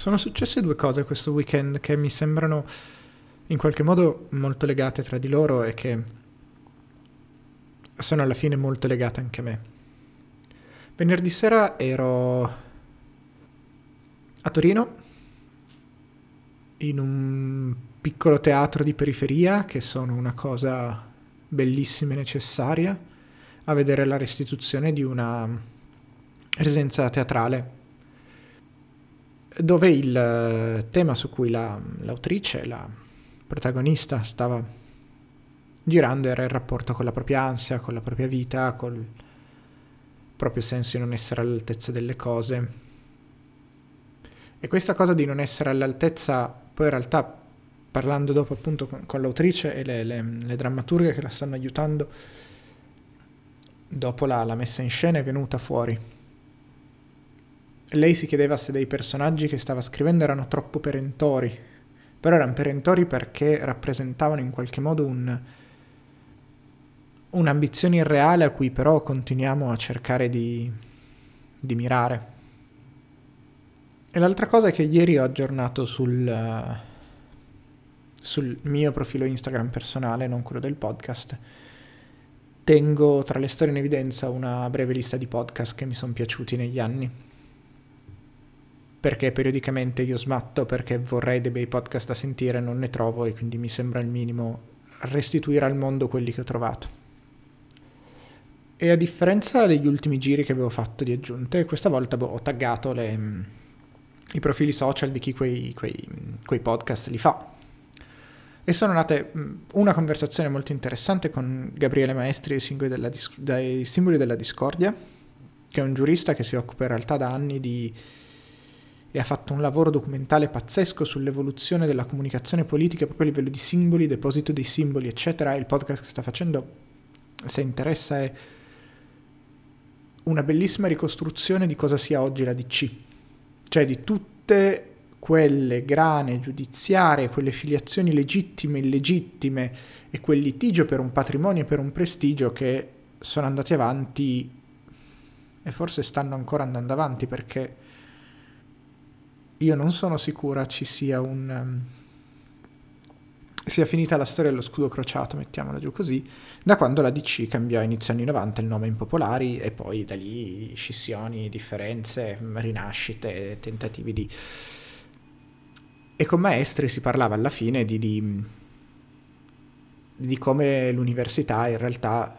Sono successe due cose questo weekend che mi sembrano in qualche modo molto legate tra di loro e che sono alla fine molto legate anche a me. Venerdì sera ero a Torino in un piccolo teatro di periferia, che sono una cosa bellissima e necessaria, a vedere la restituzione di una residenza teatrale, dove il tema su cui l'autrice, la protagonista, stava girando era il rapporto con la propria ansia, con la propria vita, col proprio senso di non essere all'altezza delle cose. E questa cosa di non essere all'altezza, poi in realtà, parlando dopo appunto con l'autrice e le drammaturghe che la stanno aiutando, dopo la messa in scena è venuta fuori. Lei si chiedeva se dei personaggi che stava scrivendo erano troppo perentori, però erano perentori perché rappresentavano in qualche modo un'ambizione irreale a cui però continuiamo a cercare di mirare. E l'altra cosa è che ieri ho aggiornato sul mio profilo Instagram personale, non quello del podcast. Tengo tra le storie in evidenza una breve lista di podcast che mi sono piaciuti negli anni, perché periodicamente io smatto perché vorrei dei bei podcast da sentire, non ne trovo, e quindi mi sembra il minimo restituire al mondo quelli che ho trovato. E a differenza degli ultimi giri che avevo fatto di aggiunte, questa volta ho taggato i profili social di chi quei podcast li fa. E sono nate una conversazione molto interessante con Gabriele Maestri dai Simboli della Discordia, che è un giurista che si occupa in realtà da anni e ha fatto un lavoro documentale pazzesco sull'evoluzione della comunicazione politica proprio a livello di simboli, deposito dei simboli, eccetera. Il podcast che sta facendo, se interessa, è una bellissima ricostruzione di cosa sia oggi la DC, cioè di tutte quelle grane giudiziarie, quelle filiazioni legittime, illegittime e quel litigio per un patrimonio e per un prestigio che sono andati avanti e forse stanno ancora andando avanti, perché io non sono sicura ci sia sia finita la storia dello scudo crociato, mettiamola giù così, da quando la DC cambiò a inizio anni 90 il nome Impopolari, e poi da lì scissioni, differenze, rinascite, tentativi di... E con Maestri si parlava alla fine di come l'università in realtà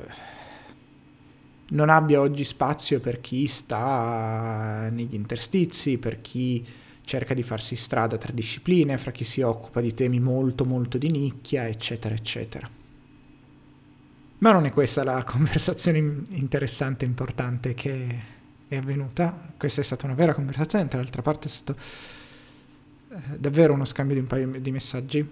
non abbia oggi spazio per chi sta negli interstizi, per chi cerca di farsi strada tra discipline, fra chi si occupa di temi molto molto di nicchia, eccetera eccetera. Ma non è questa la conversazione interessante e importante che è avvenuta. Questa è stata una vera conversazione, tra l'altra parte è stato davvero uno scambio di un paio di messaggi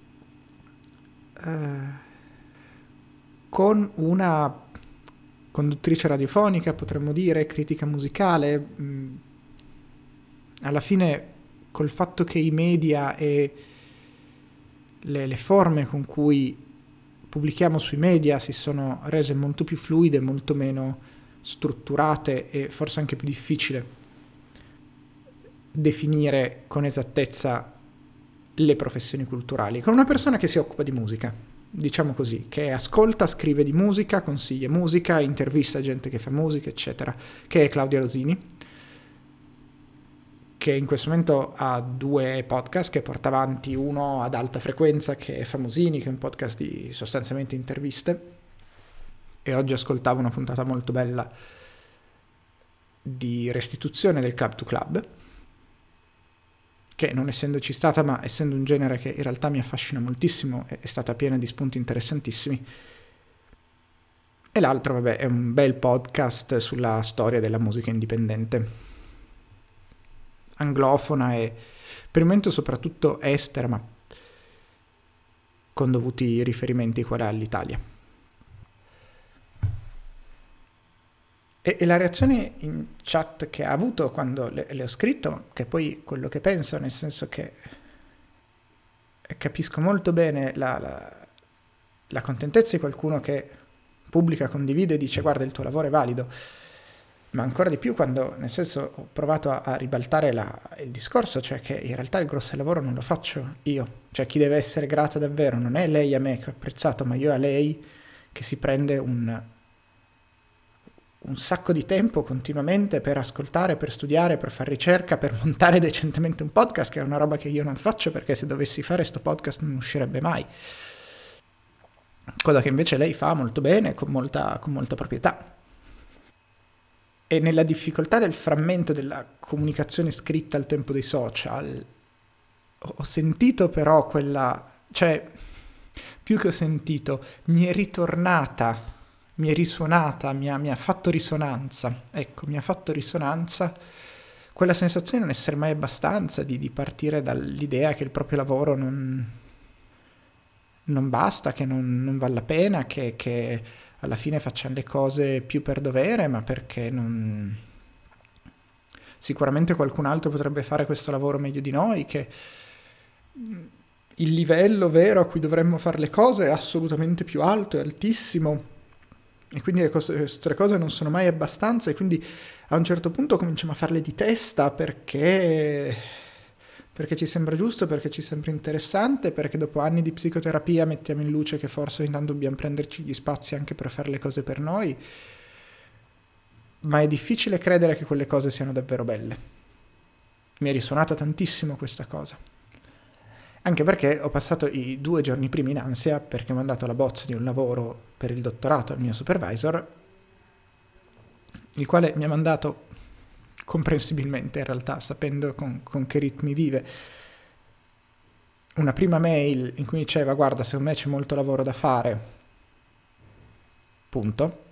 con una conduttrice radiofonica, potremmo dire, critica musicale. Alla fine, col fatto che i media e le forme con cui pubblichiamo sui media si sono rese molto più fluide, molto meno strutturate, e forse anche più difficile definire con esattezza le professioni culturali, con una persona che si occupa di musica, diciamo così, che ascolta, scrive di musica, consiglia musica, intervista gente che fa musica, eccetera, che è Claudia Rosini, che in questo momento ha 2 podcast che porta avanti, uno ad alta frequenza che è Famosini, che è un podcast di sostanzialmente interviste, e oggi ascoltavo una puntata molto bella di restituzione del Club to Club, che non essendoci stata, ma essendo un genere che in realtà mi affascina moltissimo, è stata piena di spunti interessantissimi. E l'altro, vabbè, è un bel podcast sulla storia della musica indipendente, anglofona e per il momento soprattutto estera, ma con dovuti riferimenti qua all'Italia. E la reazione in chat che ha avuto quando le ho scritto, che poi quello che penso, nel senso che capisco molto bene la contentezza di qualcuno che pubblica, condivide e dice guarda il tuo lavoro è valido, ma ancora di più quando, nel senso, ho provato a ribaltare il discorso, cioè che in realtà il grosso lavoro non lo faccio io, cioè chi deve essere grata davvero non è lei a me che ho apprezzato, ma io a lei che si prende un sacco di tempo continuamente per ascoltare, per studiare, per fare ricerca, per montare decentemente un podcast, che è una roba che io non faccio perché se dovessi fare sto podcast non uscirebbe mai. Cosa che invece lei fa molto bene, con molta proprietà. E nella difficoltà del frammento della comunicazione scritta al tempo dei social, ho sentito però quella, cioè, più che ho sentito, mi è ritornata, mi è risuonata, mi ha fatto risonanza, ecco, mi ha fatto risonanza quella sensazione di non essere mai abbastanza, di partire dall'idea che il proprio lavoro non basta, che non vale la pena, che alla fine facciamo le cose più per dovere, ma perché non... Sicuramente qualcun altro potrebbe fare questo lavoro meglio di noi, che il livello vero a cui dovremmo fare le cose è assolutamente più alto, è altissimo, e quindi queste cose non sono mai abbastanza, e quindi a un certo punto cominciamo a farle di testa perché ci sembra giusto, perché ci sembra interessante, perché dopo anni di psicoterapia mettiamo in luce che forse ogni tanto dobbiamo prenderci gli spazi anche per fare le cose per noi, ma è difficile credere che quelle cose siano davvero belle. Mi è risuonata tantissimo questa cosa. Anche perché ho passato i 2 giorni prima in ansia perché mi ho mandato la bozza di un lavoro per il dottorato al mio supervisor, il quale mi ha mandato comprensibilmente in realtà, sapendo con che ritmi vive, una prima mail in cui diceva guarda, secondo me c'è molto lavoro da fare, punto,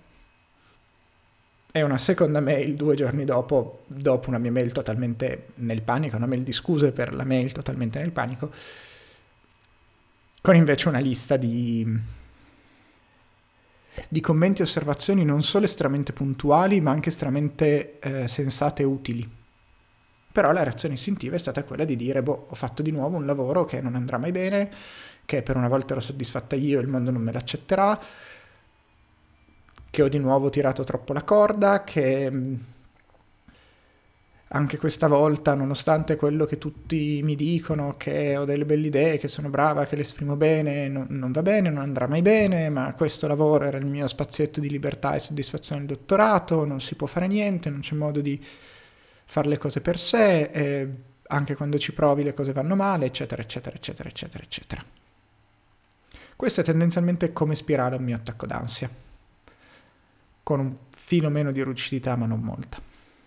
e una seconda mail 2 giorni dopo una mia mail totalmente nel panico, una mail di scuse per la mail totalmente nel panico, con invece una lista di commenti e osservazioni non solo estremamente puntuali, ma anche estremamente sensate e utili. Però la reazione istintiva è stata quella di dire ho fatto di nuovo un lavoro che non andrà mai bene, che per una volta ero soddisfatta io e il mondo non me l'accetterà, che ho di nuovo tirato troppo la corda, che anche questa volta, nonostante quello che tutti mi dicono, che ho delle belle idee, che sono brava, che le esprimo bene, non va bene, non andrà mai bene, ma questo lavoro era il mio spazietto di libertà e soddisfazione del dottorato, non si può fare niente, non c'è modo di fare le cose per sé, e anche quando ci provi le cose vanno male, eccetera, eccetera, eccetera, eccetera, eccetera. Questo è tendenzialmente come spirale un mio attacco d'ansia, con un filo meno di lucidità, ma non molta.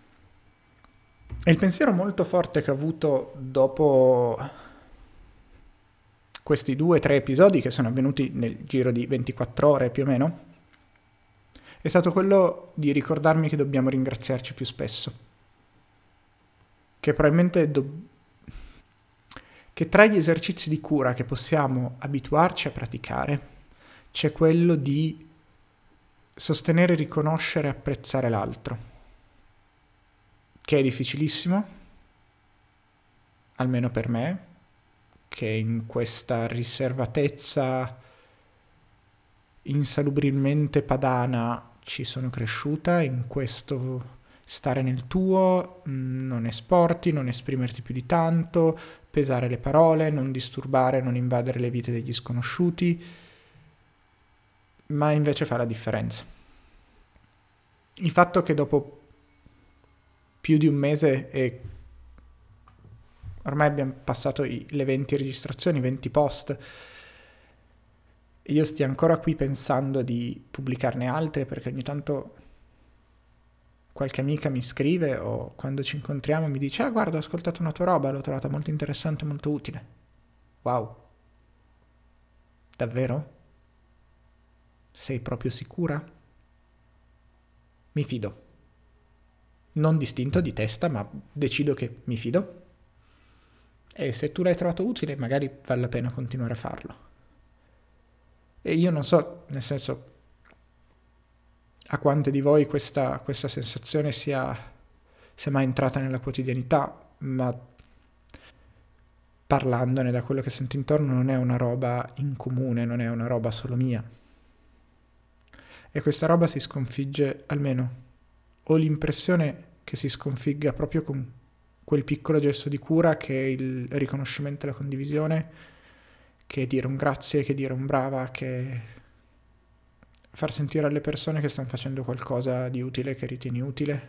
E il pensiero molto forte che ho avuto dopo questi 2-3 episodi, che sono avvenuti nel giro di 24 ore più o meno, è stato quello di ricordarmi che dobbiamo ringraziarci più spesso. Che probabilmente che tra gli esercizi di cura che possiamo abituarci a praticare c'è quello di sostenere, riconoscere e apprezzare l'altro, che è difficilissimo, almeno per me, che in questa riservatezza insalubrimente padana ci sono cresciuta, in questo stare nel tuo, non esporti, non esprimerti più di tanto, pesare le parole, non disturbare, non invadere le vite degli sconosciuti, ma invece fa la differenza. Il fatto che dopo più di un mese e ormai abbiamo passato le 20 registrazioni, 20 post, e io stia ancora qui pensando di pubblicarne altre, perché ogni tanto qualche amica mi scrive o quando ci incontriamo mi dice guarda, ho ascoltato una tua roba, l'ho trovata molto interessante, molto utile. Wow, davvero? Sei proprio sicura? Mi fido. Non distinto di testa, ma decido che mi fido. E se tu l'hai trovato utile, magari vale la pena continuare a farlo. E io non so, nel senso, a quante di voi questa sensazione sia mai entrata nella quotidianità, ma parlandone da quello che sento intorno non è una roba in comune, non è una roba solo mia. E questa roba si sconfigge almeno ho l'impressione che si sconfigga proprio con quel piccolo gesto di cura che è il riconoscimento e la condivisione, che è dire un grazie, che è dire un brava, che è far sentire alle persone che stanno facendo qualcosa di utile, che ritieni utile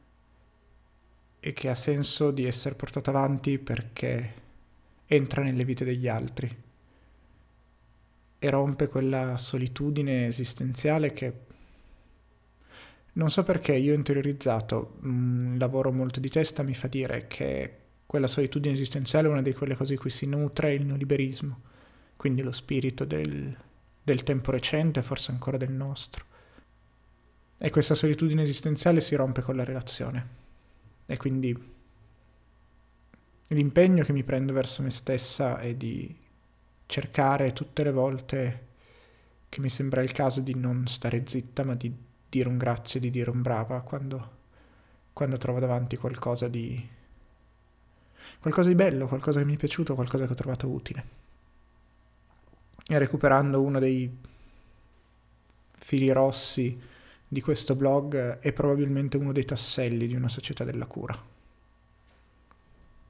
e che ha senso di essere portato avanti perché entra nelle vite degli altri e rompe quella solitudine esistenziale che non so perché io ho interiorizzato un lavoro molto di testa, mi fa dire che quella solitudine esistenziale è una di quelle cose di cui si nutre il neoliberismo, quindi lo spirito del tempo recente, forse ancora del nostro. E questa solitudine esistenziale si rompe con la relazione. E quindi l'impegno che mi prendo verso me stessa è di cercare tutte le volte che mi sembra il caso di non stare zitta, ma di dire un grazie, di dire un brava quando trovo davanti qualcosa di bello, qualcosa che mi è piaciuto, qualcosa che ho trovato utile. E recuperando uno dei fili rossi di questo blog, è probabilmente uno dei tasselli di una società della cura.